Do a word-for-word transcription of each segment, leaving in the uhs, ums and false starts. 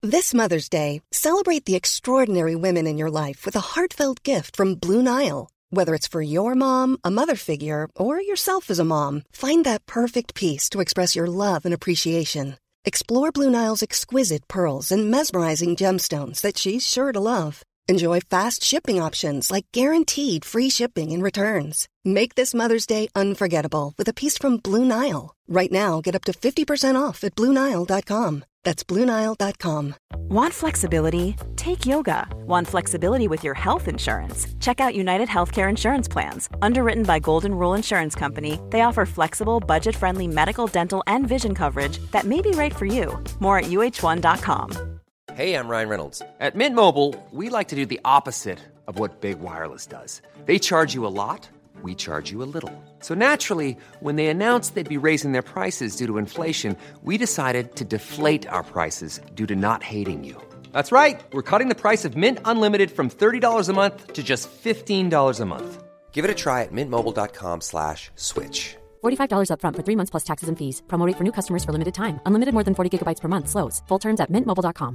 This Mother's Day, celebrate the extraordinary women in your life with a heartfelt gift from Blue Nile. Whether it's for your mom, a mother figure, or yourself as a mom, find that perfect piece to express your love and appreciation. Explore Blue Nile's exquisite pearls and mesmerizing gemstones that she's sure to love. Enjoy fast shipping options like guaranteed free shipping and returns. Make this Mother's Day unforgettable with a piece from Blue Nile. Right now, get up to fifty percent off at Blue Nile dot com. That's Blue Nile dot com. Want flexibility? Take yoga. Want flexibility with your health insurance? Check out United Healthcare Insurance Plans. Underwritten by Golden Rule Insurance Company, they offer flexible, budget-friendly medical, dental, and vision coverage that may be right for you. More at U H one dot com. Hey, I'm Ryan Reynolds. At Mint Mobile, we like to do the opposite of what Big Wireless does. They charge you a lot, we charge you a little. So naturally, when they announced they'd be raising their prices due to inflation, we decided to deflate our prices due to not hating you. That's right. We're cutting the price of Mint Unlimited from thirty dollars a month to just fifteen dollars a month. Give it a try at mintmobile.com slash switch. forty-five dollars up front for three months plus taxes and fees. Promo rate for new customers for limited time. Unlimited more than forty gigabytes per month slows. Full terms at mint mobile dot com.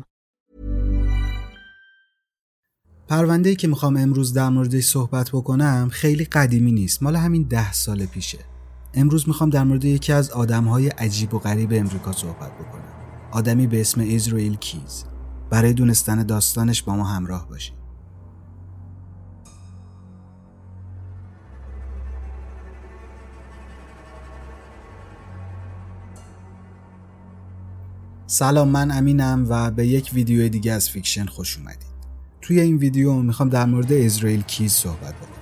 پرونده‌ای که میخوام امروز در موردش صحبت بکنم خیلی قدیمی نیست، مال همین ده سال پیشه. امروز میخوام در مورد یکی از آدم‌های عجیب و غریب امریکا صحبت بکنم. آدمی به اسم اسرائیل کیز. برای دونستن داستانش با ما همراه باشید. سلام، من امینم و به یک ویدیو دیگه از فیکشن خوش اومدید. توی این ویدیو میخوام در مورد اسرائیل کیز صحبت بکنم.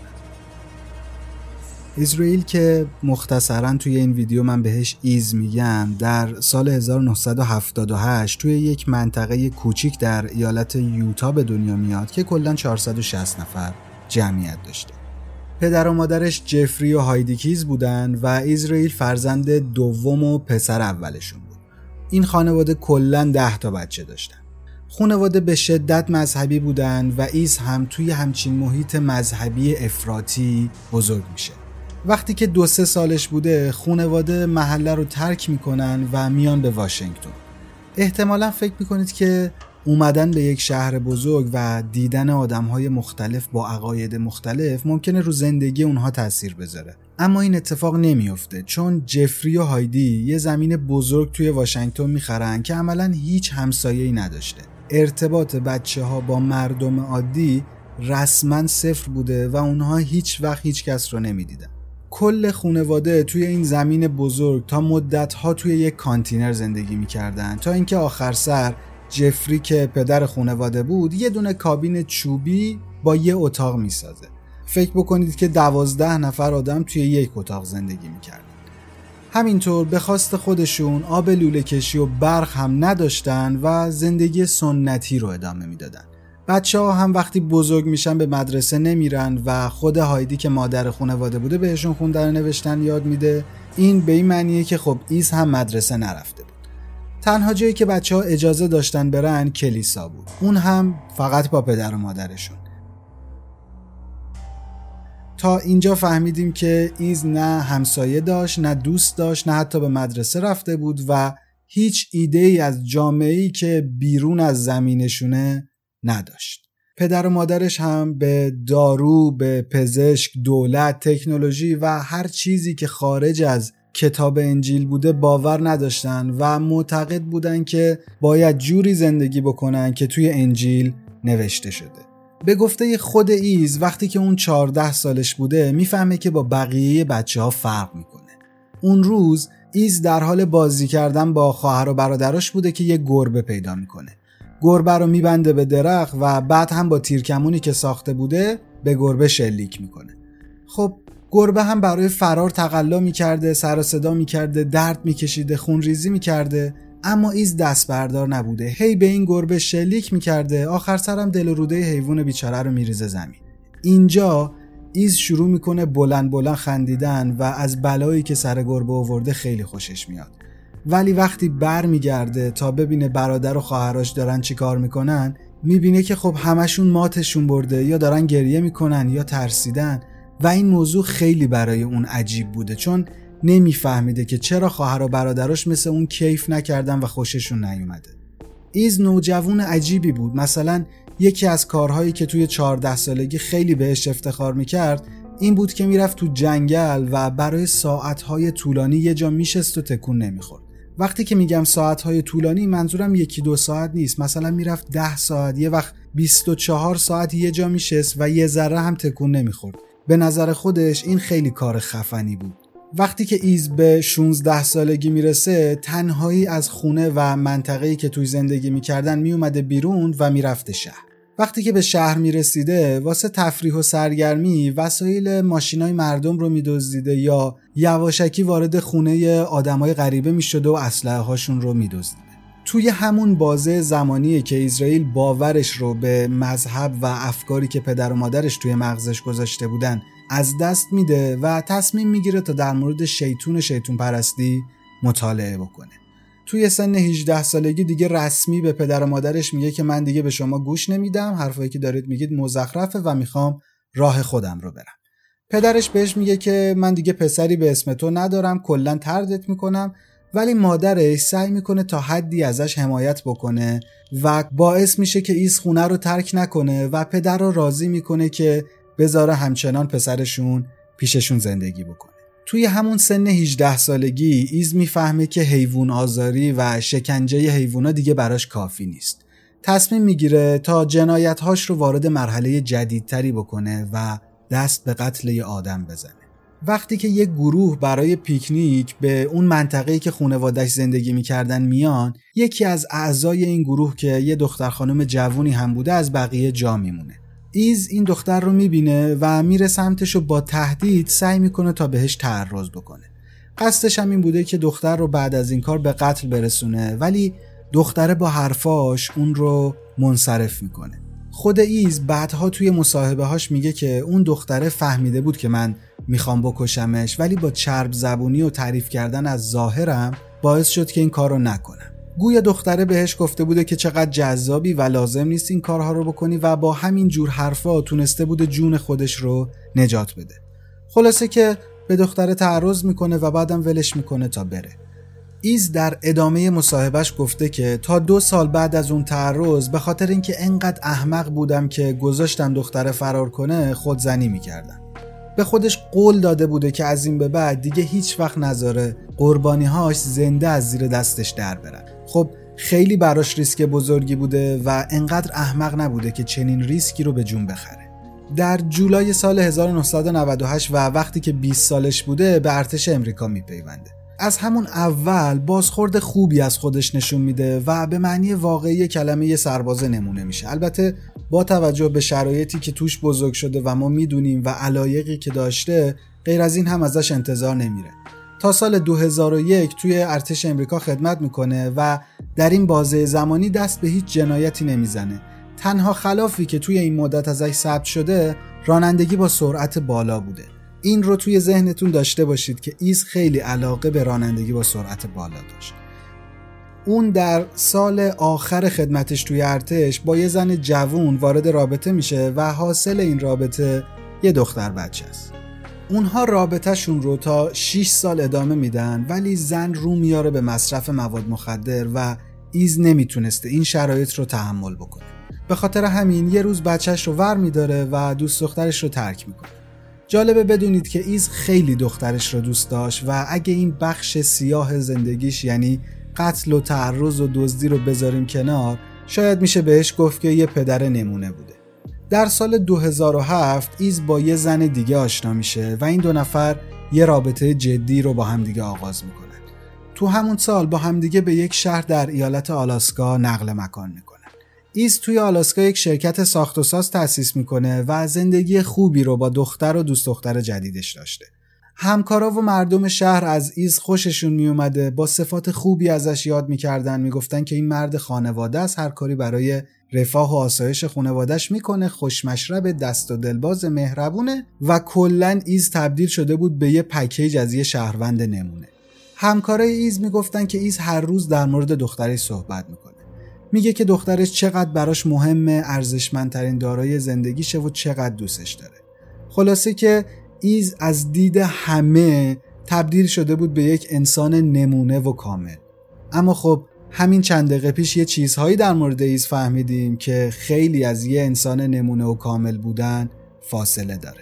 اسرائیل که مختصرا توی این ویدیو من بهش ایز میگم، در سال هزار و نهصد و هفتاد و هشت توی یک منطقه کوچیک در ایالت یوتا به دنیا میاد که کلاً چهارصد و شصت نفر جمعیت داشته. پدر و مادرش جفری و هایدی کیز بودن و اسرائیل فرزند دوم و پسر اولشون بود. این خانواده کلاً ده تا بچه داشتن. خانواده به شدت مذهبی بودن و ایز هم توی همچین محیط مذهبی افراطی بزرگ میشه. وقتی که دو سه سالش بوده خانواده محله رو ترک میکنن و میان به واشنگتن. احتمالاً فکر میکنید که اومدن به یک شهر بزرگ و دیدن آدم‌های مختلف با عقاید مختلف ممکنه رو زندگی اونها تأثیر بذاره. اما این اتفاق نمیفته، چون جفری و هایدی یه زمین بزرگ توی واشنگتن میخرن که عملاً هیچ همسایه‌ای نداشته. ارتباط بچه‌ها با مردم عادی رسما صفر بوده و اونها هیچ وقت هیچ کس رو نمیدیدن. کل خانواده توی این زمین بزرگ تا مدت‌ها توی یک کانتینر زندگی میکردن تا اینکه آخر سر جفری که پدر خانواده بود یه دونه کابین چوبی با یه اتاق میسازه. فکر بکنید که دوازده نفر آدم توی یک اتاق زندگی میکردن. همینطور به خواست خودشون آب لوله کشی و برق هم نداشتن و زندگی سنتی رو ادامه میدادن. بچه ها هم وقتی بزرگ میشن به مدرسه نمیرن و خود هایدی که مادر خانواده بوده بهشون خوندن و نوشتن یاد میده. این به این معنیه که خب ایز هم مدرسه نرفته بود. تنها جایی که بچه ها اجازه داشتن برن کلیسا بود، اون هم فقط با پدر و مادرشون. تا اینجا فهمیدیم که ایز نه همسایه داشت، نه دوست داشت، نه حتی به مدرسه رفته بود و هیچ ایده ای از جامعه‌ای که بیرون از زمینشونه نداشت. پدر و مادرش هم به دارو، به پزشک، دولت، تکنولوژی و هر چیزی که خارج از کتاب انجیل بوده باور نداشتن و معتقد بودن که باید جوری زندگی بکنن که توی انجیل نوشته شده. به گفته خود ایز وقتی که اون چهارده سالش بوده میفهمه که با بقیه بچه ها فرق میکنه. اون روز ایز در حال بازی کردن با خواهر و برادراش بوده که یه گربه پیدا میکنه. گربه رو میبنده به درخت و بعد هم با تیرکمونی که ساخته بوده به گربه شلیک میکنه. خب گربه هم برای فرار تقلا میکرده، سر و صدا میکرده، درد میکشیده، خون ریزی میکرده، اما ایز دست بردار نبوده. هی به این گربه شلیک میکرده، آخر سرم دل و روده حیوان بیچاره رو میریزه زمین. اینجا ایز شروع میکنه بلند بلند خندیدن و از بلایی که سر گربه آورده خیلی خوشش میاد. ولی وقتی بر میگرده تا ببینه برادر و خواهرش دارن چی کار میکنن، میبینه که خب همشون ماتشون برده، یا دارن گریه میکنن یا ترسیدن و این موضوع خیلی برای اون عجیب بوده، چون نمیفهمیده که چرا خواهر و برادرش مثل اون کیف نکردن و خوششون نیومده. ایز نوجوان عجیبی بود. مثلا یکی از کارهایی که توی چهارده سالگی خیلی بهش افتخار میکرد این بود که میرفت تو جنگل و برای ساعتهای طولانی یه جا میشست و تکون نمیخورد. وقتی که میگم ساعتهای طولانی منظورم یکی دو ساعت نیست، مثلا میرفت ده ساعت، یه وقت بیست و چهار ساعت یه جا میشست و یه ذره هم تکون نمیخورد. به نظر خودش این خیلی کار خفنی بود. وقتی که ایز به شانزده سالگی میرسه تنهایی از خونه و منطقه‌ای که توی زندگی میکردن میومده بیرون و میرفته شهر. وقتی که به شهر میرسیده واسه تفریح و سرگرمی وسایل ماشینای مردم رو میدزدیده یا یواشکی وارد خونه آدمای غریبه میشده و اسلحه هاشون رو میدزدیده. توی همون بازه زمانیه که اسرائیل باورش رو به مذهب و افکاری که پدر و مادرش توی مغزش گذاشته بودن از دست میده و تصمیم میگیره تا در مورد شیطون شیطون پرستی مطالعه بکنه. توی سن هجده سالگی دیگه رسمی به پدر و مادرش میگه که من دیگه به شما گوش نمیدم، حرفایی که دارید میگید مزخرفه و میخوام راه خودم رو برم. پدرش بهش میگه که من دیگه پسری به اسم تو ندارم، کلاً طردت میکنم، ولی مادرش سعی میکنه تا حدی ازش حمایت بکنه و باعث میشه که ایز خونه رو ترک نکنه و پدر رو راضی میکنه که بذاره همچنان پسرشون پیششون زندگی بکنه. توی همون سن هجده سالگی ایز میفهمه که حیوان آزاری و شکنجه حیوونا دیگه براش کافی نیست. تصمیم میگیره تا جنایت‌هاش رو وارد مرحله جدیدتری بکنه و دست به قتل یه آدم بزنه. وقتی که یک گروه برای پیکنیک به اون منطقه‌ای که خانواده‌اش زندگی می‌کردن میان، یکی از اعضای این گروه که یه دختر خانم جوونی هم بوده از بقیه جا میمونه. ایز این دختر رو میبینه و میره سمتش و با تهدید سعی میکنه تا بهش تعرض بکنه. قصدش هم این بوده که دختر رو بعد از این کار به قتل برسونه، ولی دختره با حرفاش اون رو منصرف میکنه. خود ایز بعدها توی مصاحبه هاش میگه که اون دختره فهمیده بود که من میخوام بکشمش، ولی با چرب زبونی و تعریف کردن از ظاهرم باعث شد که این کار رو نکنم. گویا دختره بهش گفته بوده که چقدر جذابی و لازم نیست این کارها رو بکنی و با همین جور حرفا تونسته بوده جون خودش رو نجات بده. خلاصه که به دختره تعرض میکنه و بعدم ولش میکنه تا بره. ایز در ادامه مصاحبهش گفته که تا دو سال بعد از اون تعرض به خاطر اینکه انقدر احمق بودم که گذاشتم دختره فرار کنه خودزنی میکردم. به خودش قول داده بوده که از این به بعد دیگه هیچ وقت نذاره قربانی‌هاش زنده از زیر دستش در برن. خب خیلی براش ریسک بزرگی بوده و انقدر احمق نبوده که چنین ریسکی رو به جون بخره. در جولای سال هزار و نهصد و نود و هشت و وقتی که بیست سالش بوده به ارتش امریکا میپیونده. از همون اول بازخورد خوبی از خودش نشون میده و به معنی واقعی کلمه یه سرباز نمونه میشه. البته با توجه به شرایطی که توش بزرگ شده و ما میدونیم و علایقی که داشته، غیر از این هم ازش انتظار نمیره. تا سال دو هزار و یک توی ارتش امریکا خدمت میکنه و در این بازه زمانی دست به هیچ جنایتی نمیزنه. تنها خلافی که توی این مدت ازش ثبت شده رانندگی با سرعت بالا بوده. این رو توی ذهنتون داشته باشید که ایز خیلی علاقه به رانندگی با سرعت بالا داشت. اون در سال آخر خدمتش توی ارتش با یه زن جوون وارد رابطه میشه و حاصل این رابطه یه دختر بچه است. اونها رابطهشون رو تا شش سال ادامه میدن، ولی زن رو میاره به مصرف مواد مخدر و ایز نمیتونسته این شرایط رو تحمل بکنه. به خاطر همین یه روز بچهش رو ور میداره و دوست دخترش رو ترک میکنه. جالبه بدونید که ایز خیلی دخترش رو دوست داشت و اگه این بخش سیاه زندگیش یعنی قتل و تعرض و دزدی رو بذاریم کنار، شاید میشه بهش گفت که یه پدر نمونه بوده. در سال دو هزار و هفت ایز با یه زن دیگه آشنا میشه و این دو نفر یه رابطه جدی رو با همدیگه آغاز میکنن. تو همون سال با همدیگه به یک شهر در ایالت آلاسکا نقل مکان میکنن. ایز توی آلاسکا یک شرکت ساخت و ساز تأسیس میکنه و زندگی خوبی رو با دختر و دوست دختر جدیدش داشته. همکارا و مردم شهر از ایز خوششون میومده، با صفات خوبی ازش یاد میکردن، میگفتن که این مرد خانواده است، هر کاری برای رفاه و آسایش خانواده‌اش میکنه، خوشمشرب، دست و دلباز، مهربونه و کلاً ایز تبدیل شده بود به یه پکیج از یه شهروند نمونه. همکارای ایز میگفتن که ایز هر روز در مورد دخترش صحبت میکنه. میگه که دخترش چقدر براش مهمه، ارزشمندترین دارایی زندگیشه و چقدر دوستش داره. خلاصه که ایز از دید همه تبدیل شده بود به یک انسان نمونه و کامل. اما خب همین چند دقیقه پیش یه چیزهایی در مورد ایز فهمیدیم که خیلی از یه انسان نمونه و کامل بودن فاصله داره.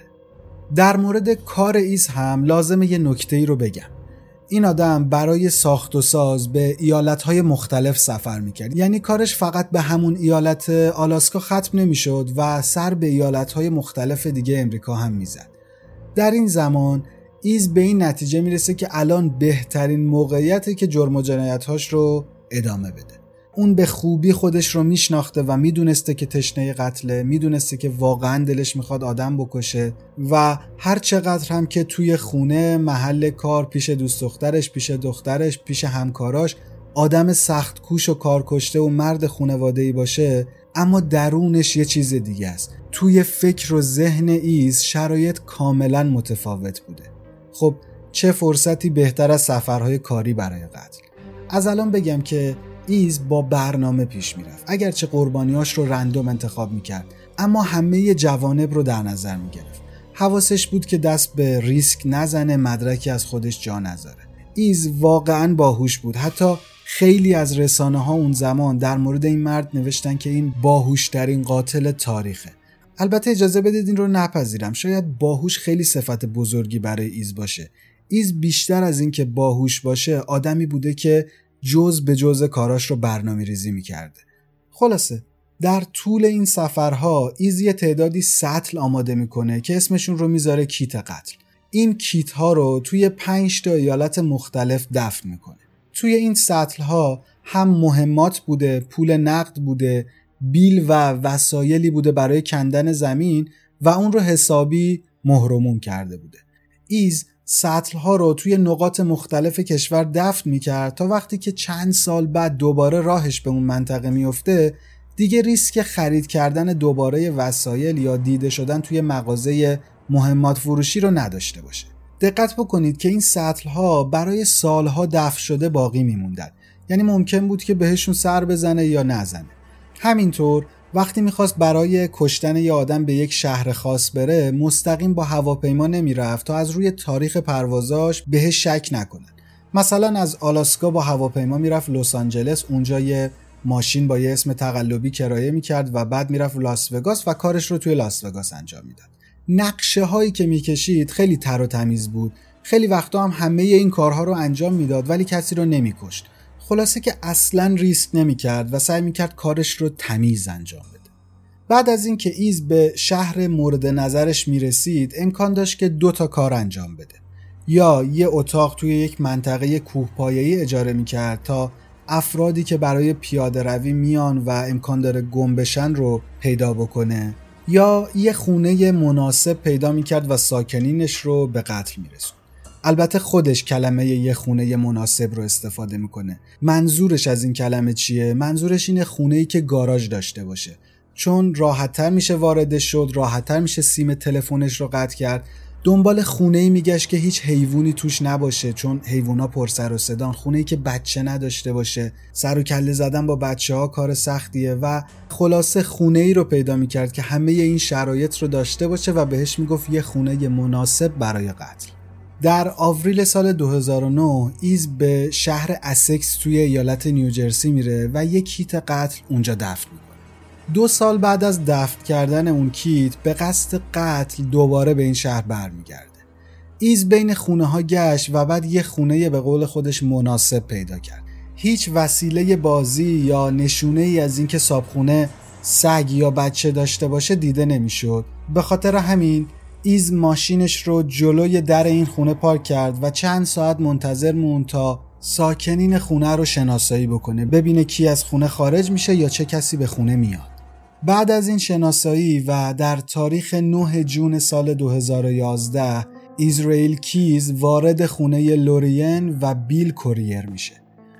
در مورد کار ایز هم لازمه یه نکته‌ای رو بگم. این آدم برای ساخت و ساز به ایالت‌های مختلف سفر می‌کرد. یعنی کارش فقط به همون ایالت آلاسکا ختم نمی‌شد و سر به ایالت‌های مختلف دیگه امریکا هم می‌زد. در این زمان ایز به این نتیجه میرسه که الان بهترین موقعیته که جرم و جنایت‌هاش رو ادامه بده. اون به خوبی خودش رو میشناخته و میدونسته که تشنه قتله، میدونسته که واقعا دلش میخواد آدم بکشه و هر چقدر هم که توی خونه، محل کار، پیش دوست دخترش، پیش دخترش، پیش همکاراش آدم سخت کوش و کارکشته و مرد خانواده‌ای باشه، اما درونش یه چیز دیگه است. توی فکر و ذهن ایز شرایط کاملا متفاوت بوده. خب چه فرصتی بهتر از سفرهای کاری برای قتل؟ از الان بگم که ایز با برنامه پیش میرفت. اگرچه قربانیاش رو رندوم انتخاب میکرد، اما همه جوانب رو در نظر میگرفت. حواسش بود که دست به ریسک نزنه، مدرکی از خودش جا نذاره. ایز واقعاً باهوش بود. حتی خیلی از رسانه ها اون زمان در مورد این مرد نوشتن که این باهوشترین قاتل تاریخه. البته اجازه بدید این رو نپذیرم. شاید باهوش خیلی صفت بزرگی برای ایز باشه. ایز بیشتر از این که باهوش باشه آدمی بوده که جز به جز کاراش رو برنامه ریزی می کرده. خلاصه در طول این سفرها ایز یه تعدادی سطل آماده میکنه که اسمشون رو میذاره کیت قتل. این کیت ها رو توی پنج تا ایالت مختلف دفن میکنه. توی این سطل ها هم مهمات بوده، پول نقد بوده، بیل و وسایلی بوده برای کندن زمین و اون رو حسابی مهرموم کرده بوده. ایز سطل ها رو توی نقاط مختلف کشور دفن میکرد تا وقتی که چند سال بعد دوباره راهش به اون منطقه میفته دیگه ریسک خرید کردن دوباره وسایل یا دیده شدن توی مغازه مهمات فروشی رو نداشته باشه. دقت بکنید که این سطل ها برای سالها دفن شده باقی میموندن. یعنی ممکن بود که بهشون سر بزنه یا نزنه. همینطور وقتی میخواست برای کشتن یه آدم به یک شهر خاص بره مستقیم با هواپیما نمیرفت تا از روی تاریخ پروازاش بهش شک نکنن. مثلا از آلاسکا با هواپیما میرفت لس آنجلس، اونجا یه ماشین با یه اسم تقلبی کرایه میکرد و بعد میرفت لاس وگاس و کارش رو توی لاس وگاس انجام میداد. نقشه هایی که میکشید خیلی تر و تمیز بود. خیلی وقتا هم همه این کارها رو انجام میداد ولی کسی رو نمیکشت. خلاصه که اصلاً ریسک نمی‌کرد و سعی می‌کرد کارش رو تمیز انجام بده. بعد از اینکه ایز به شهر مورد نظرش میرسید امکان داشت که دو تا کار انجام بده. یا یه اتاق توی یک منطقه کوهپایه‌ای اجاره می‌کرد تا افرادی که برای پیاده روی میان و امکان داره گم بشن رو پیدا بکنه، یا یه خونه مناسب پیدا می‌کرد و ساکنینش رو به قتل می‌رسوند. البته خودش کلمه یه خونه مناسب رو استفاده میکنه. منظورش از این کلمه چیه؟ منظورش اینه خونه‌ای که گاراژ داشته باشه، چون راحت‌تر میشه واردش شد، راحت‌تر میشه سیم تلفنش رو قطع کرد. دنبال خونه‌ای میگشت که هیچ حیوانی توش نباشه، چون حیونا پر سر و صدان. خونه‌ای که بچه نداشته باشه، سر و کله زدن با بچه‌ها کار سختیه و خلاصه خونه‌ای رو پیدا میکرد که همه این شرایط رو داشته باشه و بهش میگفت یه خونه مناسب برای قتل. در آوریل سال دو هزار و نه ایز به شهر اسکس توی ایالت نیوجرسی میره و یک کیت قتل اونجا دفن میکنه. دو سال بعد از دفن کردن اون کیت به قصد قتل دوباره به این شهر برمیگرده. ایز بین خونه ها گشت و بعد یه خونه به قول خودش مناسب پیدا کرد. هیچ وسیله بازی یا نشونه ای از اینکه صاحبخونه سگ یا بچه داشته باشه دیده نمیشد. به خاطر همین ایز ماشینش رو جلوی در این خونه پارک کرد و چند ساعت منتظر موند تا ساکنین خونه رو شناسایی بکنه، ببینه کی از خونه خارج میشه یا چه کسی به خونه میاد. بعد از این شناسایی و در تاریخ نه ژوئن سال دو هزار و یازده ایزرائیل کیز وارد خونه لورین و بیل کوریر میشه.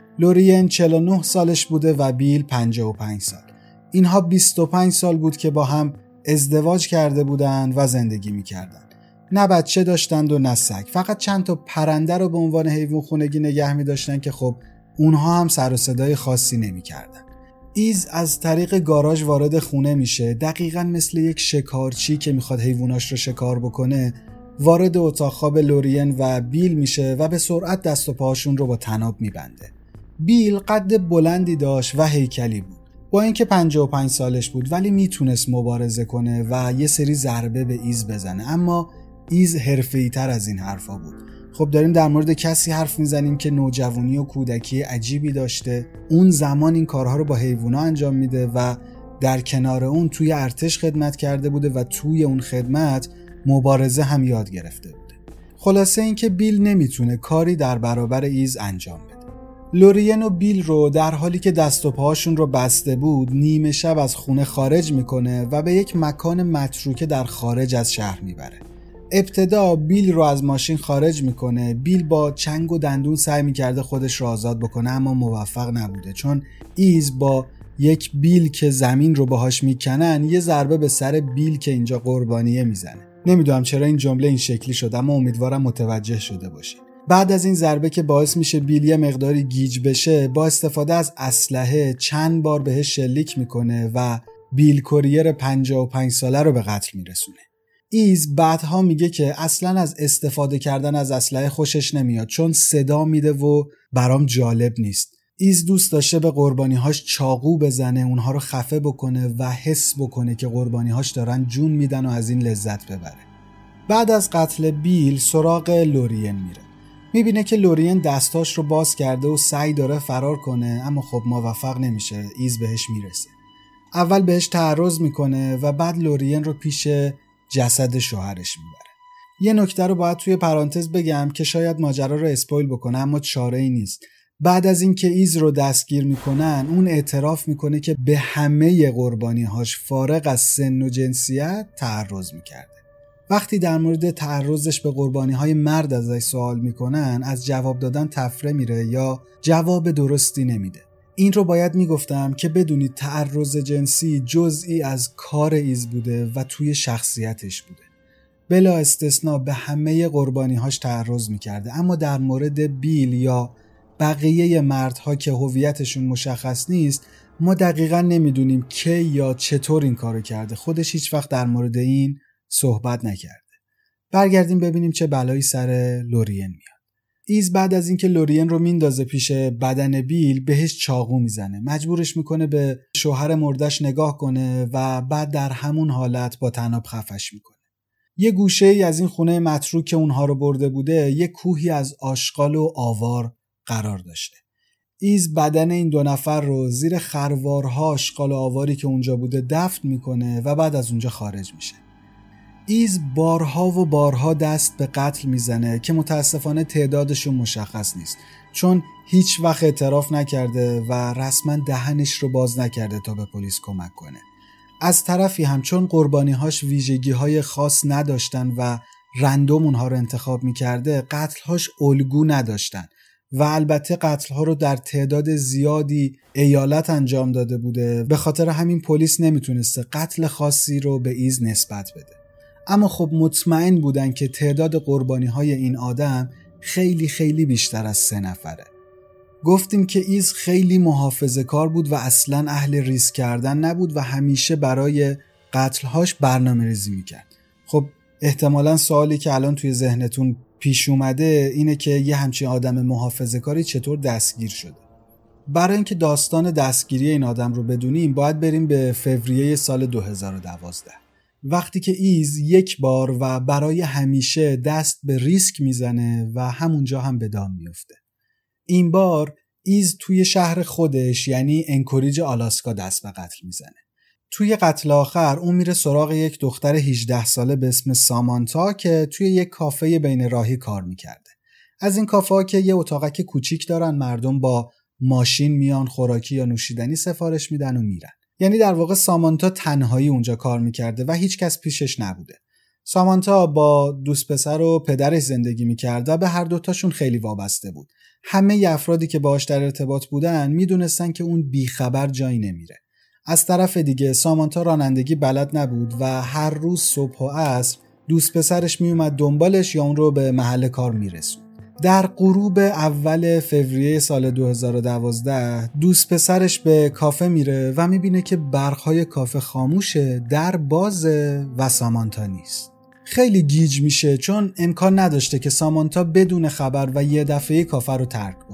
لورین چهل و نه سالش بوده و بیل پنجاه و پنج سال. اینها بیست و پنج سال بود که با هم ازدواج کرده بودند و زندگی میکردن. نه بچه داشتند و نه سگ، فقط چند تا پرنده رو به عنوان حیوان خونگی نگه می‌داشتن که خب اونها هم سر و صدای خاصی نمی‌کردن. ایز از طریق گاراژ وارد خونه میشه، دقیقاً مثل یک شکارچی که میخواد حیواناش رو شکار بکنه. وارد اتاق خواب لورین و بیل میشه و به سرعت دست و پاهاشون رو با طناب میبنده. بیل قد بلندی داشت و هیکلی بود. با اینکه پنجاه و پنج سالش بود ولی میتونست مبارزه کنه و یه سری ضربه به ایز بزنه، اما ایز حرفه‌ای تر از این حرفا بود. خب داریم در مورد کسی حرف میزنیم که نوجوانی و کودکی عجیبی داشته، اون زمان این کارها رو با حیوونا انجام میده و در کنار اون توی ارتش خدمت کرده بوده و توی اون خدمت مبارزه هم یاد گرفته بوده. خلاصه اینکه بیل نمیتونه کاری در برابر ایز انجام بده. لورین و بیل رو در حالی که دست و پاهاشون رو بسته بود نیمه شب از خونه خارج میکنه و به یک مکان متروکه در خارج از شهر میبره. ابتدا بیل رو از ماشین خارج میکنه. بیل با چنگ و دندون سعی میکرده خودش رو آزاد بکنه اما موفق نبوده، چون ایز با یک بیل که زمین رو باهاش میکنن یه ضربه به سر بیل که اینجا قربانیه میزنه. نمیدونم چرا این جمله این شکلی شد اما امیدوارم متوجه شده باشید. بعد از این ضربه که باعث میشه بیل یه مقداری گیج بشه، با استفاده از اسلحه چند بار بهش شلیک میکنه و بیل کوریر پنجاه و پنج ساله رو به قتل میرسونه. ایز بعدها میگه که اصلا از استفاده کردن از اسلحه خوشش نمیاد چون صدا میده و برام جالب نیست. ایز دوست داشته به قربانی‌هاش چاقو بزنه، اونها رو خفه بکنه و حس بکنه که قربانی‌هاش دارن جون میدن و از این لذت ببره. بعد از قتل بیل سراغ لورین میره. میبینه که لورین دستاش رو باز کرده و سعی داره فرار کنه اما خب موفق نمیشه. ایز بهش میرسه. اول بهش تعرض میکنه و بعد لورین رو پیش جسد شوهرش میبره. یه نکته رو باید توی پرانتز بگم که شاید ماجرا رو اسپویل بکنه اما چاره‌ای نیست. بعد از اینکه ایز رو دستگیر میکنن اون اعتراف میکنه که به همه قربانی‌هاش فارغ از سن و جنسیت تعرض میکرده. وقتی در مورد تعرضش به قربانی‌های مرد ازش سوال میکنن از جواب دادن تفره میره یا جواب درستی نمیده. این رو باید میگفتم که بدونید تعرض جنسی جزئی از کار ایز بوده و توی شخصیتش بوده. بلا استثناء به همه قربانی‌هاش تعرض میکرده، اما در مورد بیل یا بقیه مردها که هویتشون مشخص نیست ما دقیقاً نمیدونیم کی یا چطور این کارو کرده. خودش هیچ وقت در مورد این صحبت نکرده. برگردیم ببینیم چه بلایی سر لورین میاد. ایز بعد از اینکه لورین رو میندازه پیش بدن بیل بهش چاقو میزنه. مجبورش میکنه به شوهر مردش نگاه کنه و بعد در همون حالت با طناب خفش میکنه. یه گوشه ای از این خونه متروک که اونها رو برده بوده یه کوهی از آشغال و آوار قرار داشته. ایز بدن این دو نفر رو زیر خروارها آشغال و آواری که اونجا بوده دفن میکنه و بعد از اونجا خارج میشه. ایز بارها و بارها دست به قتل میزنه که متاسفانه تعدادشون مشخص نیست چون هیچ وقت اعتراف نکرده و رسما دهنش رو باز نکرده تا به پلیس کمک کنه. از طرفی هم چون قربانی‌هاش ویژگی‌های خاص نداشتن و رندوم اونها رو انتخاب میکرده قتل‌هاش الگو نداشتن و البته قتل‌ها رو در تعداد زیادی ایالت انجام داده بوده. به خاطر همین پلیس نمیتونسته قتل خاصی رو به ایز نسبت بده. اما خب مطمئن بودن که تعداد قربانی‌های این آدم خیلی خیلی بیشتر از سه نفره. گفتیم که ایز خیلی محافظه‌کار بود و اصلاً اهل ریسک کردن نبود و همیشه برای قتل‌هاش برنامه‌ریزی می‌کرد. خب احتمالاً سوالی که الان توی ذهنتون پیش اومده اینه که یه همچین آدم محافظه‌کاری چطور دستگیر شده. برای اینکه داستان دستگیری این آدم رو بدونیم باید بریم به فوریه سال دو هزار و دوازده. وقتی که ایز یک بار و برای همیشه دست به ریسک میزنه و همونجا هم به دام میفته. این بار ایز توی شهر خودش یعنی انکوریج آلاسکا دست به قتل میزنه. توی قتل آخر اون میره سراغ یک دختر هجده ساله به اسم سامانتا که توی یک کافه بین راهی کار میکرده. از این کافه ها که یه اتاقک کوچیک دارن، مردم با ماشین میان خوراکی یا نوشیدنی سفارش میدن و میرن. یعنی در واقع سامانتا تنهایی اونجا کار میکرده و هیچ کس پیشش نبوده. سامانتا با دوست پسر و پدرش زندگی میکرد و به هر دوتاشون خیلی وابسته بود. همه افرادی که باهاش در ارتباط بودن میدونستن که اون بیخبر جایی نمیره. از طرف دیگه سامانتا رانندگی بلد نبود و هر روز صبح و عصر دوست پسرش میومد دنبالش یا اون رو به محل کار میرسون. در غروب اول فوریه سال دو هزار و دوازده دوست پسرش به کافه میره و میبینه که برق‌های کافه خاموشه، در بازه و سامانتا نیست. خیلی گیج میشه چون امکان نداشته که سامانتا بدون خبر و یه دفعه کافه رو ترک بکنه.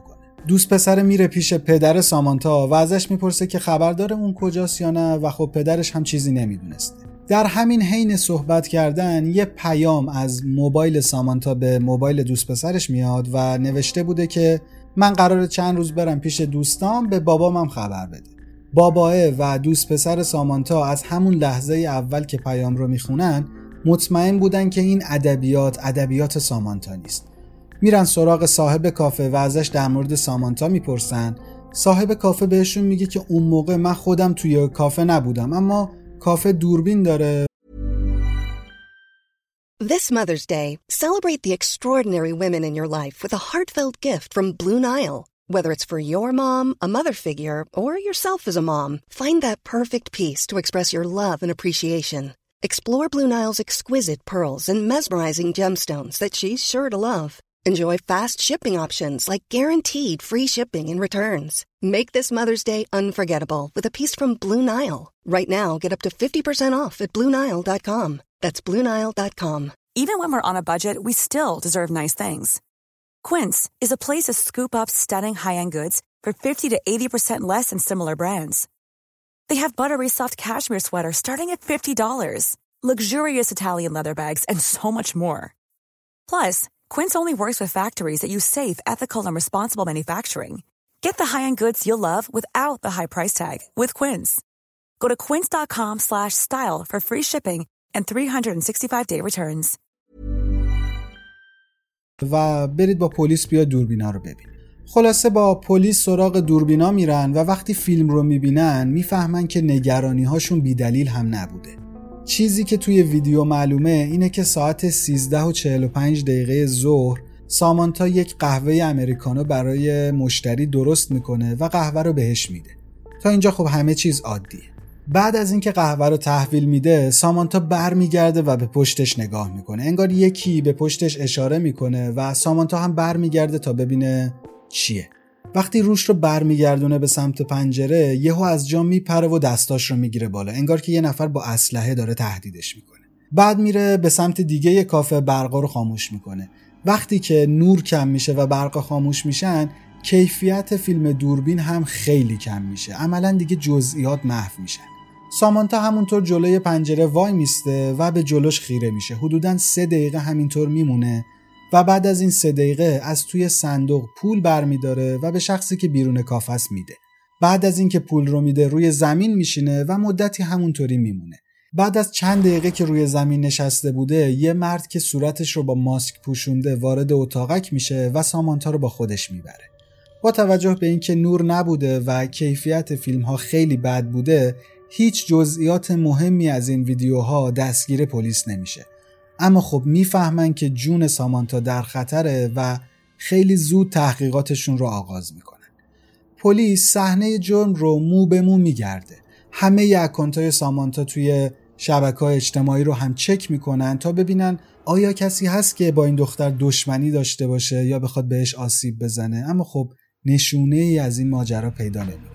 دوست پسر میره پیش پدر سامانتا و ازش میپرسه که خبر داره اون کجاست یا نه و خب پدرش هم چیزی نمیدونسته. در همین حین صحبت کردن یه پیام از موبایل سامانتا به موبایل دوست پسرش میاد و نوشته بوده که من قراره چند روز برم پیش دوستام، به بابامم خبر بده. باباه و دوست پسر سامانتا از همون لحظه اول که پیام رو میخونن مطمئن بودن که این ادبیات ادبیات سامانتا نیست. میرن سراغ صاحب کافه و ازش در مورد سامانتا میپرسن. صاحب کافه بهشون میگه که اون موقع من خودم توی کافه نبودم، اما کافه دوربین داره. This Mother's Day, celebrate the extraordinary women in your life with a heartfelt gift from Blue Nile. Whether it's for your mom, a mother figure, or yourself as a mom, find that perfect piece to express your love and appreciation. Explore Blue Nile's exquisite pearls and mesmerizing gemstones that she's sure to love. Enjoy fast shipping options like guaranteed free shipping and returns. Make this Mother's Day unforgettable with a piece from Blue Nile. Right now, get up to fifty percent off at blue nile dot com. That's blue nile dot com. Even when we're on a budget, we still deserve nice things. Quince is a place to scoop up stunning high-end goods for fifty to eighty percent less than similar brands. They have buttery soft cashmere sweaters starting at fifty dollars, luxurious Italian leather bags, and so much more. Plus, Quince only works with factories that use safe, ethical, and responsible manufacturing. Get the high-end goods you'll love without the high price tag with Quince. Go to quince dot com slash style for free shipping and three sixty-five day returns. و برید با پلیس بیا دوربینا رو ببین. خلاصه با پلیس سراغ دوربینا میرن و وقتی فیلم رو میبینن میفهمن که نگرانی هاشون بیدلیل هم نبوده. چیزی که توی ویدیو معلومه اینه که ساعت سیزده و چهل و پنج دقیقه ظهر سامانتا یک قهوه امریکانو برای مشتری درست میکنه و قهوه رو بهش میده. تا اینجا خب همه چیز عادیه. بعد از اینکه قهوه رو تحویل میده سامانتا برمیگرده و به پشتش نگاه میکنه. انگار یکی به پشتش اشاره میکنه و سامانتا هم برمیگرده تا ببینه چیه. وقتی روش رو برمیگردونه به سمت پنجره یهو از جا میپره و دستاش رو میگیره بالا، انگار که یه نفر با اسلحه داره تهدیدش میکنه. بعد میره به سمت دیگه ی کافه، برقا رو خاموش میکنه. وقتی که نور کم میشه و برقا خاموش میشن کیفیت فیلم دوربین هم خیلی کم میشه، عملا دیگه جزئیات محو میشن. سامانتا همونطور جلوی پنجره وای میسته و به جلوش خیره میشه. حدوداً سه دقیقه همینطور میمونه و بعد از این سه دقیقه از توی صندوق پول برمیداره و به شخصی که بیرون کافه است میده. بعد از اینکه پول رو میده روی زمین میشینه و مدتی همونطوری میمونه. بعد از چند دقیقه که روی زمین نشسته بوده یه مرد که صورتش رو با ماسک پوشونده وارد اتاقک میشه و سامانتا رو با خودش میبره. با توجه به اینکه نور نبوده و کیفیت فیلم ها خیلی بد بوده هیچ جزئیات مهمی از این ویدیوها دستگیر پلیس نمیشه. اما خب میفهمن که جون سامانتا در خطره و خیلی زود تحقیقاتشون رو آغاز میکنن. پلیس صحنه جرم رو مو به مو میگرده. همه ی اکانتای سامانتا توی شبکه‌های اجتماعی رو هم چک میکنن تا ببینن آیا کسی هست که با این دختر دشمنی داشته باشه یا بخواد بهش آسیب بزنه، اما خب نشونه ای از این ماجرا پیدا نمیکنن.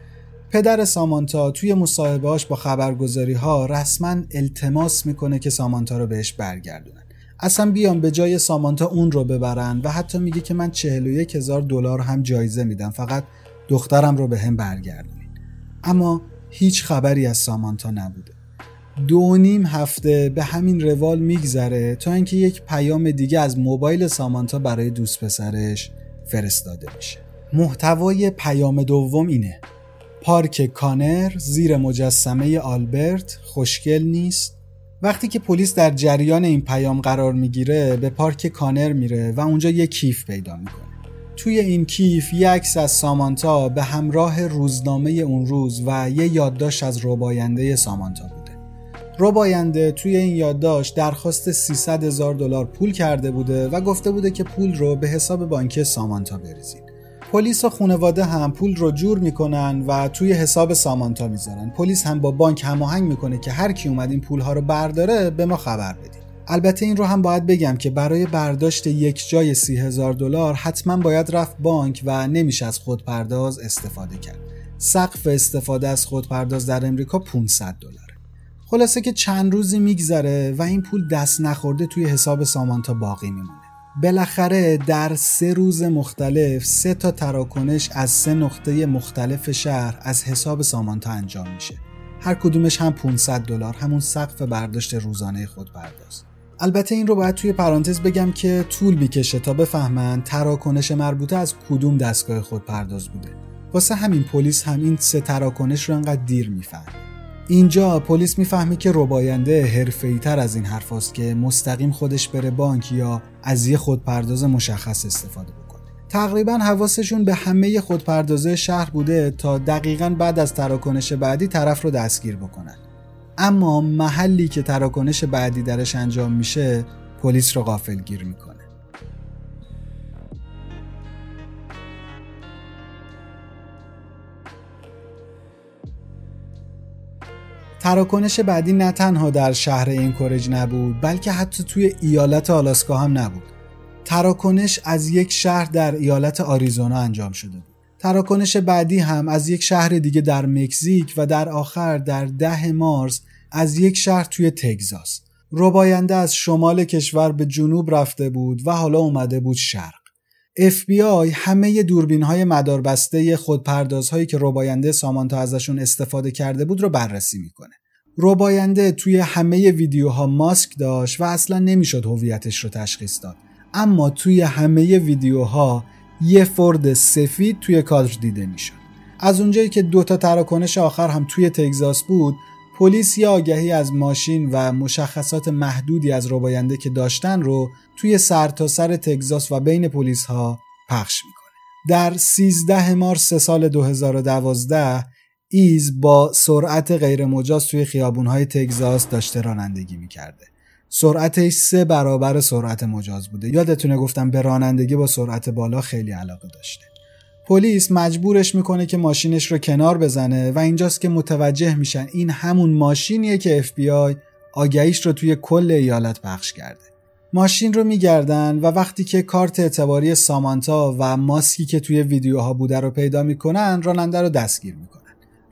پدر سامانتا توی مصاحبه‌هاش با خبرگزاری‌ها رسما التماس میکنه که سامانتا رو بهش برگردونن. اصلا بیان به جای سامانتا اون رو ببرن و حتی میگه که من چهل و یک هزار دلار هم جایزه میدم، فقط دخترم رو به هم برگردونین. اما هیچ خبری از سامانتا نبوده. دو نیم هفته به همین روال میگذره تا اینکه یک پیام دیگه از موبایل سامانتا برای دوست پسرش فرستاده میشه. محتوای پیام دوم اینه: پارک کانر زیر مجسمه آلبرت خوشگل نیست؟ وقتی که پلیس در جریان این پیام قرار میگیره به پارک کانر میره و اونجا یک کیف پیدا میکنه. توی این کیف یک عکس از سامانتا به همراه روزنامه اون روز و یه یادداشت از رباینده سامانتا بوده. رباینده توی این یادداشت درخواست سیصد هزار دلار پول کرده بوده و گفته بوده که پول رو به حساب بانکی سامانتا بریزید. پلیس و خانواده هم پول رو جور میکنن و توی حساب سامانتا میذارن. پلیس هم با بانک هماهنگ میکنه که هر کی اومد این پولها رو برداره به ما خبر بدید. البته این رو هم باید بگم که برای برداشت یک جای سی هزار دلار حتما باید رفت بانک و نمیشه از خودپرداز استفاده کرد. سقف استفاده از خودپرداز در امریکا پانصد دلاره. خلاصه که چند روزی میگذره و این پول دست نخورده توی حساب سامانتا باقی میمونه. بالاخره در سه روز مختلف سه تا تراکنش از سه نقطه مختلف شهر از حساب سامانتا انجام میشه. هر کدومش هم پانصد دلار، همون سقف برداشت روزانه خودپرداز. البته این رو باید توی پرانتز بگم که طول میکشه تا بفهمن تراکنش مربوطه از کدوم دستگاه خودپرداز بوده. واسه همین پلیس هم این سه تراکنش رو انقدر دیر میفهمه. اینجا پلیس میفهمه که رباینده حرفه‌ای‌تر از این حرفاست که مستقیم خودش بره بانک یا از یه خودپرداز مشخص استفاده بکنه. تقریبا حواسشون به همه خودپردازه شهر بوده تا دقیقاً بعد از تراکنش بعدی طرف رو دستگیر بکنن. اما محلی که تراکنش بعدی درش انجام میشه پلیس رو غافلگیر میکنه. تراکنش بعدی نه تنها در شهر انکورج نبود، بلکه حتی توی ایالت آلاسکا هم نبود. تراکنش از یک شهر در ایالت آریزونا انجام شده بود. تراکنش بعدی هم از یک شهر دیگه در مکزیک و در آخر در ده مارس از یک شهر توی تگزاس. رباینده از شمال کشور به جنوب رفته بود و حالا اومده بود شرق. اف بی آی همه دوربین‌های مداربسته خودپردازهایی که رباینده سامانتا ازشون استفاده کرده بود رو بررسی میکنه. رباینده توی همه ویدیوها ماسک داشت و اصلا نمیشد هویتش رو تشخیص داد. اما توی همه ویدیوها یه فورد سفید توی کادر دیده میشد. از اونجایی که دوتا تراکنش آخر هم توی تگزاس بود، پلیس یه آگهی از ماشین و مشخصات محدودی از رباینده که داشتن رو توی سرتاسر تگزاس و بین پلیس ها پخش میکنه. در سیزده مارس سال دو هزار و دوازده ایز با سرعت غیر مجاز توی خیابون‌های تگزاس داشته رانندگی میکرده. سرعتش سه برابر سرعت مجاز بوده. یادتونه گفتم به رانندگی با سرعت بالا خیلی علاقه داشته. پلیس مجبورش میکنه که ماشینش رو کنار بزنه و اینجاست که متوجه میشن این همون ماشینیه که اف بی آی آگهیش رو توی کل ایالت پخش کرده. ماشین رو میگردن و وقتی که کارت اعتباری سامانتا و ماسکی که توی ویدیوها بوده رو پیدا میکنن، راننده رو دستگیر میکنن.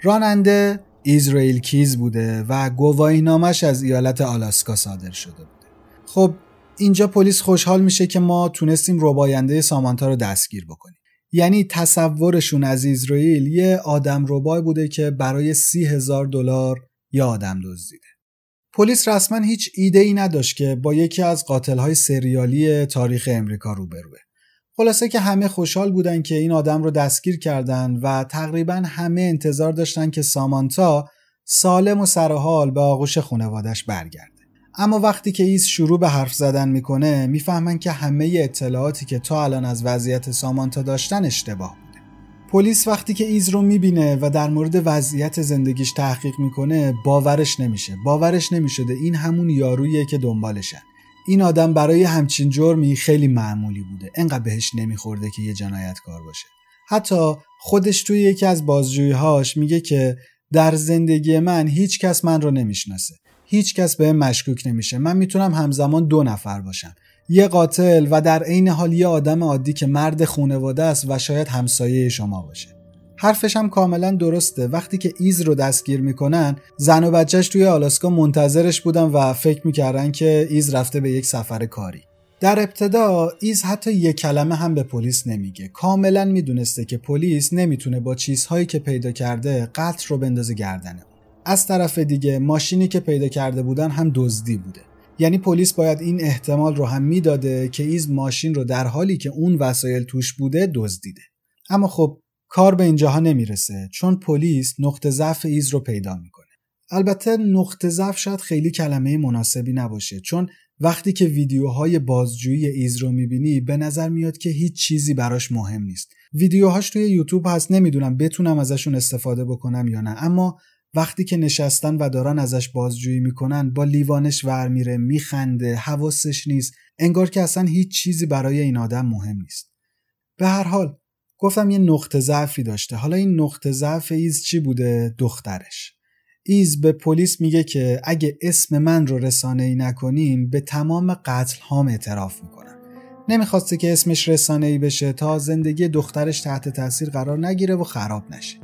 راننده ایزرائیل کیز بوده و گواهینامش از ایالت آلاسکا صادر شده بوده. خب اینجا پلیس خوشحال میشه که ما تونستیم رباینده سامانتا رو دستگیر بکنیم. یعنی تصورشون از اسرائیل یه آدم ربای بوده که برای سی هزار دلار یه آدم دزدیده. پلیس رسما هیچ ایده ای نداشت که با یکی از قاتل‌های سریالی تاریخ امریکا روبروه. خلاصه که همه خوشحال بودن که این آدم رو دستگیر کردن و تقریبا همه انتظار داشتن که سامانتا سالم و سرحال به آغوش خانواده‌اش برگرده. اما وقتی که ایز شروع به حرف زدن میکنه، میفهمن که همه اطلاعاتی که تا الان از وضعیت سامانتا داشتن اشتباه بوده. پلیس وقتی که ایز رو میبینه و در مورد وضعیت زندگیش تحقیق میکنه، باورش نمیشه. باورش نمیشده این همون یاروییه که دنبالشن. این آدم برای همچین جرمی خیلی معمولی بوده. انقدر بهش نمیخورده که یه جنایتکار باشه. حتی خودش توی یکی از بازجویی‌هاش میگه که در زندگی من هیچ کس من رو نمیشناسه. هیچ کس بهم مشکوک نمیشه. من میتونم همزمان دو نفر باشم. یه قاتل و در عین حال یه آدم عادی که مرد خانواده است و شاید همسایه شما باشه. حرفش هم کاملا درسته. وقتی که ایز رو دستگیر میکنن، زن و بچهش توی آلاسکا منتظرش بودن و فکر میکردن که ایز رفته به یک سفر کاری. در ابتدا ایز حتی یک کلمه هم به پلیس نمیگه. کاملا میدونسته که پلیس نمیتونه با چیزهایی که پیدا کرده قتل رو بندازه گردنه. از طرف دیگه ماشینی که پیدا کرده بودن هم دزدی بوده. یعنی پلیس باید این احتمال رو هم میداده که ایز ماشین رو در حالی که اون وسایل توش بوده دزدیده. اما خب کار به اینجاها نمیرسه، چون پلیس نقطه ضعف ایز رو پیدا میکنه. البته نقطه ضعف شاید خیلی کلمه مناسبی نباشه، چون وقتی که ویدیوهای بازجویی ایز رو میبینی به نظر میاد که هیچ چیزی براش مهم نیست. ویدیوهاش توی یوتیوب هست، نمیدونم بتونم ازشون استفاده بکنم یا نه، اما وقتی که نشستن و دارن ازش بازجویی میکنن با لیوانش ور میره، میخنده، حواسش نیست، انگار که اصلا هیچ چیزی برای این آدم مهم نیست. به هر حال گفتم یه نقطه ضعفی داشته. حالا این نقطه ضعف ایز چی بوده؟ دخترش. ایز به پلیس میگه که اگه اسم من رو رسانه‌ای نکنین به تمام قتل هام اعتراف میکنم. نمیخواسته که اسمش رسانه‌ای بشه تا زندگی دخترش تحت تاثیر قرار نگیره و خراب نشه.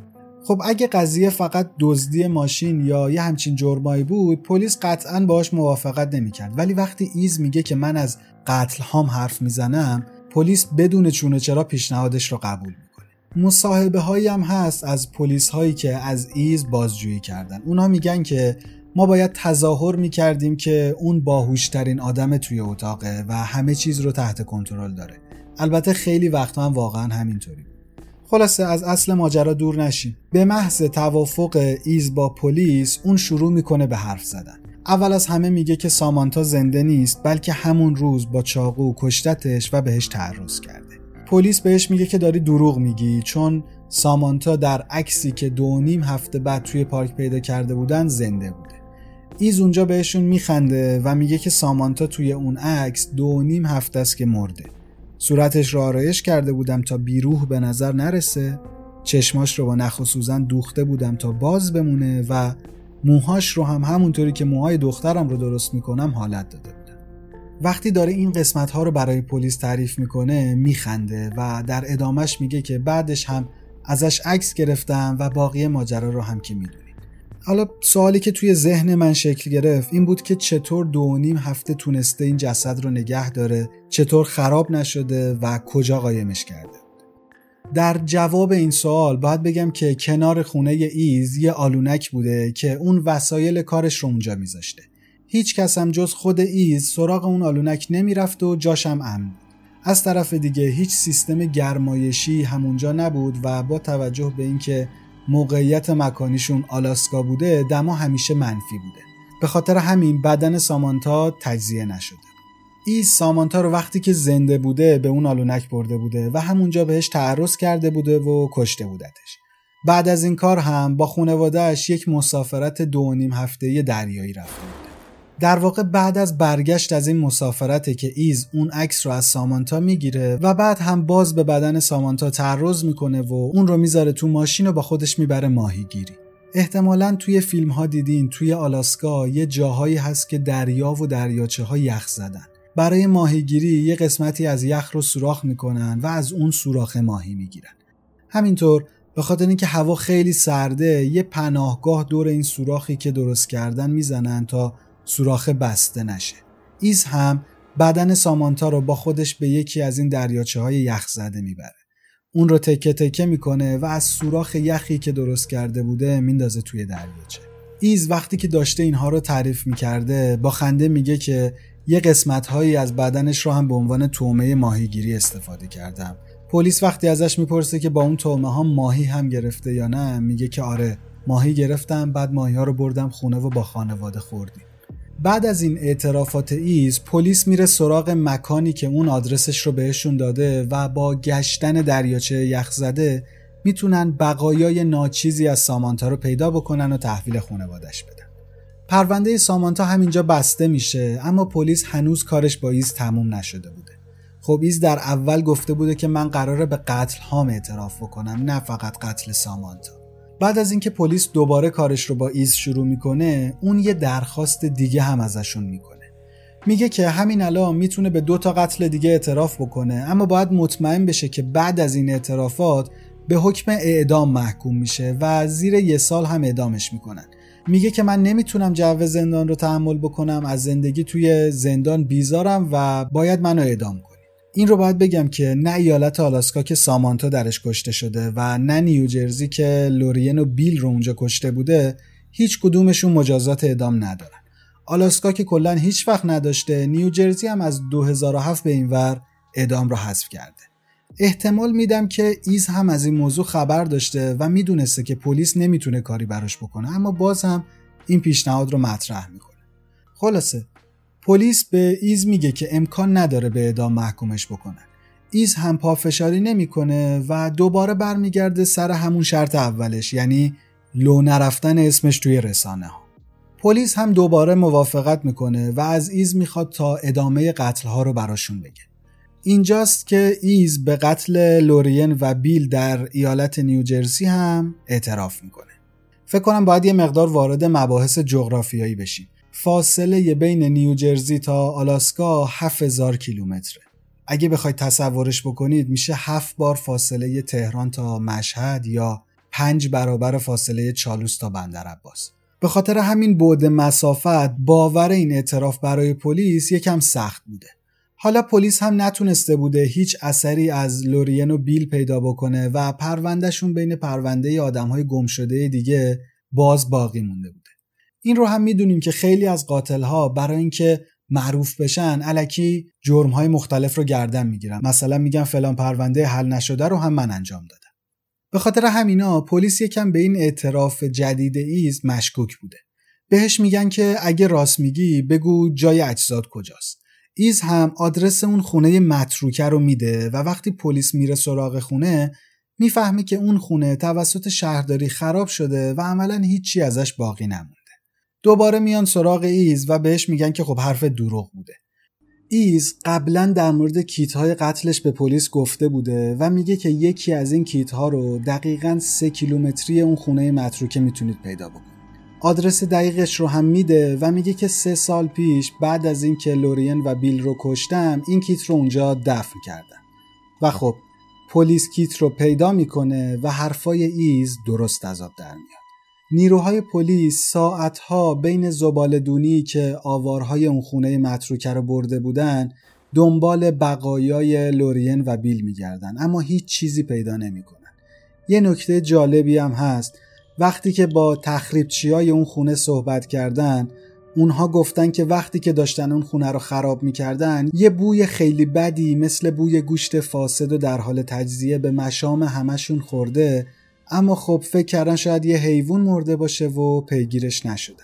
خب اگه قضیه فقط دزدی ماشین یا یه همچین جرمایی بود، پلیس قطعاً باهاش موافقت نمی‌کرد. ولی وقتی ایز میگه که من از قتل هام حرف میزنم، پلیس بدون چونه چرا پیشنهادش رو قبول میکنه. مصاحبه هایی هم هست از پلیس هایی که از ایز بازجویی کردن. اونا میگن که ما باید تظاهر میکردیم که اون باهوشترین آدم توی اتاقه و همه چیز رو تحت کنترل داره. البته خیلی وقتا هم واقعا همینطوری بود. خلاصه از اصل ماجرا دور نشیم. به محض توافق ایز با پلیس، اون شروع میکنه به حرف زدن. اول از همه میگه که سامانتا زنده نیست، بلکه همون روز با چاقو کشتتش و بهش تعرض کرده. پلیس بهش میگه که داری دروغ میگی، چون سامانتا در عکسی که دو و نیم هفته بعد توی پارک پیدا کرده بودن زنده بوده. ایز اونجا بهشون میخنده و میگه که سامانتا توی اون عکس دو و نیم هفته است که مرده. صورتش رو آرایش کرده بودم تا بیروح به نظر نرسه، چشماش رو با نخ و سوزن دوخته بودم تا باز بمونه و موهاش رو هم همونطوری که موهای دخترم رو درست میکنم حالت داده بودم. وقتی داره این قسمت ها رو برای پلیس تعریف میکنه میخنده و در ادامش میگه که بعدش هم ازش عکس گرفتم و باقی ماجرا رو هم که میدونید. حالا سوالی که توی ذهن من شکل گرفت این بود که چطور دو و نیم هفته تونسته این جسد رو نگه داره، چطور خراب نشده و کجا قایمش کرده. در جواب این سوال باید بگم که کنار خونه ایز یه آلونک بوده که اون وسایل کارش رو اونجا میذاشته. هیچ کس هم جز خود ایز سراغ اون آلونک نمیرفت و جاش هم امن بود. از طرف دیگه هیچ سیستم گرمایشی همونجا نبود و با توجه به اینکه موقعیت مکانیشون آلاسکا بوده، دما همیشه منفی بوده. به خاطر همین بدن سامانتا تجزیه نشده. ایز سامانتا رو وقتی که زنده بوده به اون آلونک برده بوده و همونجا بهش تعرض کرده بوده و کشته بودتش. بعد از این کار هم با خانواده‌اش یک مسافرت دو و نیم هفته‌ای دریایی رفته بوده. در واقع بعد از برگشت از این مسافرته که ایز اون عکس رو از سامانتا میگیره و بعد هم باز به بدن سامانتا تعرض میکنه و اون رو میذاره تو ماشین و با خودش میبره ماهیگیری. احتمالاً توی فیلم ها دیدین توی آلاسکا یه جاهایی هست که دریا و دریاچه ها یخ زدن. برای ماهیگیری یه قسمتی از یخ رو سوراخ میکنن و از اون سوراخ ماهی میگیرن. همینطور به خاطر اینکه هوا خیلی سرده یه پناهگاه دور این سوراخی که درست کردن میزنن تا سوراخ بسته نشه. ایز هم بدن سامانتا رو با خودش به یکی از این دریاچه های یخ زده میبره. اون رو تکه تکه میکنه و از سوراخ یخی که درست کرده بوده میندازه توی دریاچه. ایز وقتی که داشته اینها رو تعریف میکرده با خنده میگه که یه قسمت هایی از بدنش رو هم به عنوان طعمه ماهیگیری استفاده کردم. پلیس وقتی ازش میپرسه که با اون طعمه ها ماهی هم گرفته یا نه، میگه که آره ماهی گرفتم، بعد ماهی ها رو بردم خونه و با خانواده خوردیم. بعد از این اعترافات ایز پلیس میره سراغ مکانی که اون آدرسش رو بهشون داده و با گشتن دریاچه یخ زده میتونن بقایای ناچیزی از سامانتا رو پیدا بکنن و تحویل خانواده‌اش بدن. پرونده سامانتا همینجا بسته میشه، اما پلیس هنوز کارش با ایز تموم نشده بوده. خب ایز در اول گفته بوده که من قراره به قتل هام اعتراف بکنم، نه فقط قتل سامانتا. بعد از اینکه پلیس دوباره کارش رو با ایز شروع میکنه، اون یه درخواست دیگه هم ازشون میکنه. میگه که همین الان میتونه به دو تا قتل دیگه اعتراف بکنه، اما باید مطمئن بشه که بعد از این اعترافات به حکم اعدام محکوم میشه و زیر یه سال هم اعدامش میکنن. میگه که من نمیتونم جو زندان رو تحمل بکنم، از زندگی توی زندان بیزارم و باید منو اعدام کنی. این رو باید بگم که نه ایالت آلاسکا که سامانتا درش کشته شده و نه نیوجرسی که لورین و بیل رو اونجا کشته بوده، هیچ کدومشون مجازات اعدام ندارن. آلاسکا که کلن هیچ وقت نداشته، نیوجرسی هم از دو هزار و هفت به این ور اعدام رو حذف کرده. احتمال میدم که ایز هم از این موضوع خبر داشته و میدونسته که پلیس نمیتونه کاری براش بکنه، اما باز هم این پیشنهاد رو مطرح میکنه. خلاصه پلیس به ایز میگه که امکان نداره به اعدام محکومش بکنن. ایز هم پافشاری نمیکنه و دوباره برمیگرده سر همون شرط اولش، یعنی لو نرفتن اسمش توی رسانه ها. پلیس هم دوباره موافقت میکنه و از ایز میخواد تا ادامه قتل ها رو براشون بگه. اینجاست که ایز به قتل لورین و بیل در ایالت نیوجرسی هم اعتراف میکنه. فکر کنم باید یه مقدار وارد مباحث جغرافیایی بشیم. فاصله بین نیوجرسی تا آلاسکا هفت هزار کیلومتره. اگه بخواید تصورش بکنید میشه هفت بار فاصله تهران تا مشهد یا پنج برابر فاصله چالوس تا بندرعباس. به خاطر همین بعد مسافت باور این اعتراف برای پلیس یکم سخت بوده. حالا پلیس هم نتونسته بوده هیچ اثری از لورین و بیل پیدا بکنه و پروندهشون بین پرونده آدم‌های گم شده دیگه باز باقی مونده بوده. این رو هم میدونیم که خیلی از قاتل‌ها برای اینکه معروف بشن الکی جرم‌های مختلف رو گردن میگیرن. مثلا میگن فلان پرونده حل نشده رو هم من انجام دادم. به خاطر همینا پلیس یکم به این اعتراف جدید ایز مشکوک بوده. بهش میگن که اگه راست میگی بگو جای اجساد کجاست. ایز هم آدرس اون خونه متروکه رو میده و وقتی پلیس میره سراغ خونه میفهمه که اون خونه توسط شهرداری خراب شده و عملاً هیچی ازش باقی نمونده. دوباره میان سراغ ایز و بهش میگن که خب حرف دروغ بوده. ایز قبلا در مورد کیت‌های قتلش به پلیس گفته بوده و میگه که یکی از این کیت‌ها رو دقیقاً سه کیلومتری اون خونه متروکه میتونید پیدا بکنید. آدرس دقیقش رو هم میده و میگه که سه سال پیش بعد از این که لورین و بیل رو کشتم این کیت رو اونجا دفن کردم. و خب پلیس کیت رو پیدا میکنه و حرفای ایز درست از آب در میاد. نیروهای پلیس ساعتها بین زباله‌دونی که آوارهای اون خونه متروکه رو برده بودن دنبال بقایای لورین و بیل میگردن اما هیچ چیزی پیدا نمیکنن. یه نکته جالبی هم هست، وقتی که با تخریبچیای اون خونه صحبت کردن اونها گفتن که وقتی که داشتن اون خونه رو خراب میکردن یه بوی خیلی بدی مثل بوی گوشت فاسد و در حال تجزیه به مشام همشون خورده، اما خب فکر کردن شاید یه حیوان مرده باشه و پیگیرش نشدن.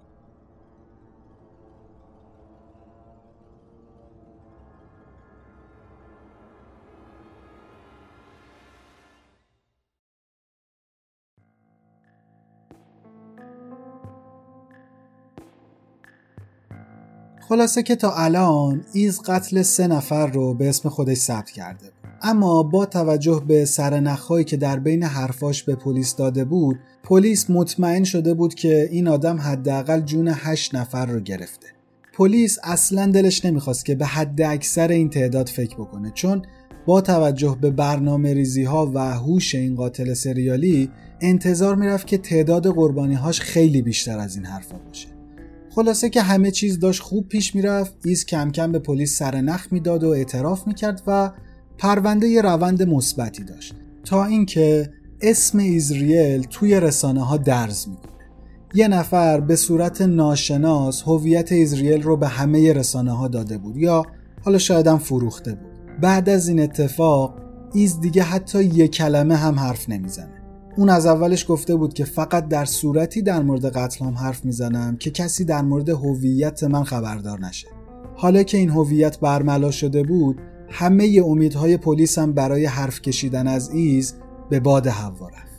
خلاصه که تا الان ایز قتل سه نفر رو به اسم خودش ثبت کرده بود. اما با توجه به سرنخ‌هایی که در بین حرفاش به پلیس داده بود، پلیس مطمئن شده بود که این آدم حداقل جون هشت نفر رو گرفته. پلیس اصلاً دلش نمیخواست که به حد اکثر این تعداد فکر بکنه، چون با توجه به برنامه ریزی ها و هوش این قاتل سریالی انتظار میرفت که تعداد قربانی‌هاش خیلی بیشتر از این حرفا باشه. خلاصه که همه چیز داشت خوب پیش میرفت. ایز کم کم به پلیس سرنخ میداد و اعتراف میکرد و پرونده یه روند مثبتی داشت تا اینکه اسم ایزریل توی رسانه ها درز میکنه. یه نفر به صورت ناشناس هویت ایزریل رو به همه رسانه ها داده بود یا حالا شاید هم فروخته بود. بعد از این اتفاق ایز دیگه حتی یه کلمه هم حرف نمیزنه. اون از اولش گفته بود که فقط در صورتی در مورد قتل هم حرف میزنم که کسی در مورد هویت من خبردار نشه. حالا که این هویت برملا شده بود، همه امیدهای پلیس هم برای حرف کشیدن از ایز به باد هوا رفت.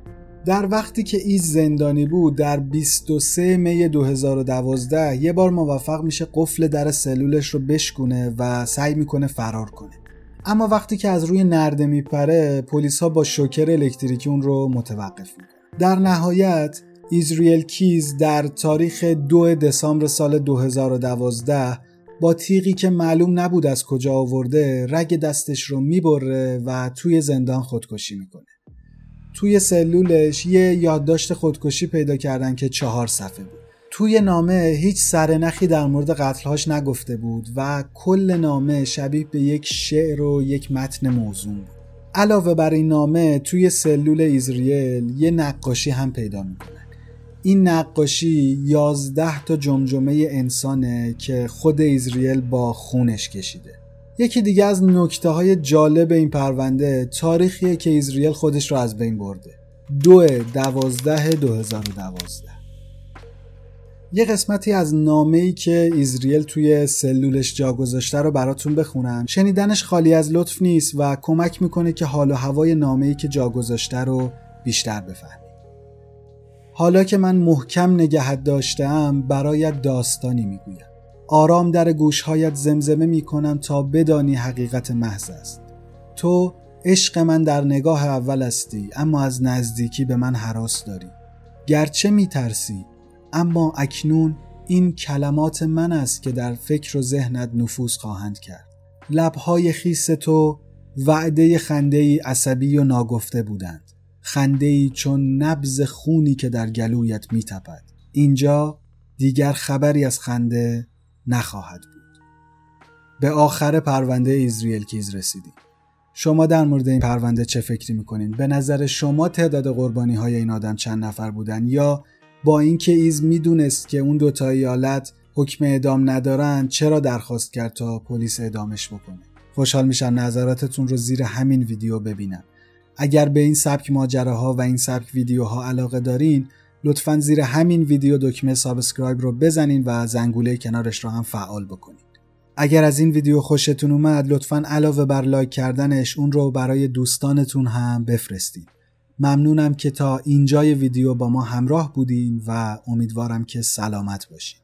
در وقتی که ایز زندانی بود در بیست و سوم می دو هزار و دوازده یه بار موفق میشه قفل در سلولش رو بشکونه و سعی میکنه فرار کنه. اما وقتی که از روی نرده میپره پلیس ها با شوکر الکتریکی اون رو متوقف میکنه. در نهایت ایزریل کیز در تاریخ دو دسامبر سال دو هزار و دوازده با تیغی که معلوم نبود از کجا آورده رگ دستش رو میبره و توی زندان خودکشی میکنه. توی سلولش یه یادداشت خودکشی پیدا کردن که چهار صفحه بود. توی نامه هیچ سرنخی در مورد قتلهاش نگفته بود و کل نامه شبیه به یک شعر و یک متن موزون بود. علاوه بر این نامه توی سلول ایزریل یه نقاشی هم پیدا میکنن. این نقاشی یازده تا جمجمه انسانه که خود ایزریل با خونش کشیده. یکی دیگه از نکته های جالب این پرونده تاریخیه که ایزریل خودش رو از بین برده. دو دوازده دو هزار و دوازده. یه قسمتی از نامه‌ای که ایزریل توی سلولش جا گذاشته رو براتون بخونم. شنیدنش خالی از لطف نیست و کمک میکنه که حال و هوای نامه‌ای که جا گذاشته رو بیشتر بفهمید. حالا که من محکم نگهت داشتم برایت داستانی میگویم. آرام در گوشهایت زمزمه میکنم تا بدانی حقیقت محض است. تو عشق من در نگاه اول هستی اما از نزدیکی به من هراس داری. گرچه میترسی اما اکنون این کلمات من است که در فکر و ذهنت نفوذ خواهند کرد. لبهای خیس تو وعده خنده‌ای عصبی و ناگفته بودند. خنده‌ای چون نبض خونی که در گلویت میتپد. اینجا دیگر خبری از خنده نخواهد بود. به آخر پرونده ایزریل کیز رسیدیم. شما در مورد این پرونده چه فکری میکنین؟ به نظر شما تعداد قربانی های این آدم چند نفر بودن؟ یا با اینکه ایز میدونست که اون دوتا ایالت حکم اعدام ندارن چرا درخواست کرد تا پلیس اعدامش بکنه؟ خوشحال میشم نظراتتون رو زیر همین ویدیو ببینم. اگر به این سبک ماجراها و این سبک ویدیوها علاقه دارین لطفاً زیر همین ویدیو دکمه سابسکرایب رو بزنین و زنگوله کنارش رو هم فعال بکنین. اگر از این ویدیو خوشتون اومد لطفاً علاوه بر لایک کردنش اون رو برای دوستانتون هم بفرستین. ممنونم که تا اینجای ویدیو با ما همراه بودین و امیدوارم که سلامت باشین.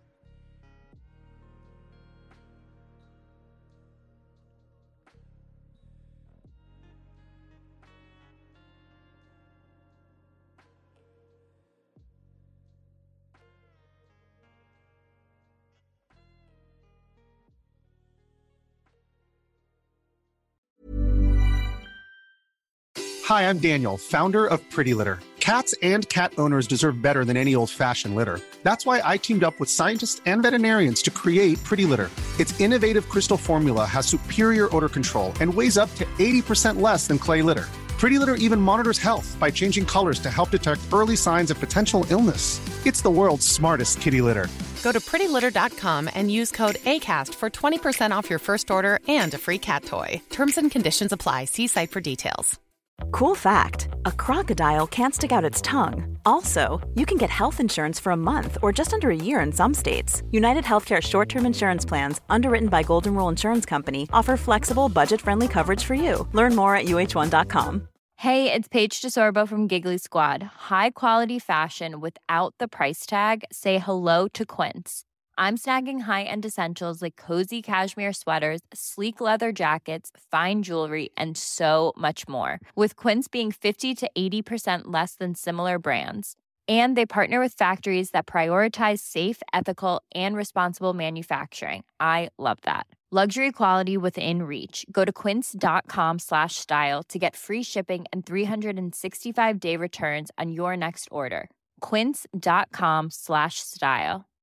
Hi, I'm Daniel, founder of Pretty Litter. Cats and cat owners deserve better than any old-fashioned litter. That's why I teamed up with scientists and veterinarians to create Pretty Litter. Its innovative crystal formula has superior odor control and weighs up to eighty percent less than clay litter. Pretty Litter even monitors health by changing colors to help detect early signs of potential illness. It's the world's smartest kitty litter. Go to pretty litter dot com and use code ACAST for twenty percent off your first order and a free cat toy. Terms and conditions apply. See site for details. Cool fact, a crocodile can't stick out its tongue. Also, you can get health insurance for a month or just under a year in some states. United Healthcare short-term insurance plans, underwritten by Golden Rule Insurance Company, offer flexible, budget-friendly coverage for you. Learn more at U H one dot com. Hey, it's Paige DeSorbo from Giggly Squad. High quality fashion without the price tag. Say hello to Quince. I'm snagging high-end essentials like cozy cashmere sweaters, sleek leather jackets, fine jewelry, and so much more. With Quince being fifty to eighty percent less than similar brands. And they partner with factories that prioritize safe, ethical, and responsible manufacturing. I love that. Luxury quality within reach. Go to quince dot com slash style to get free shipping and three sixty-five day returns on your next order. quince dot com slash style.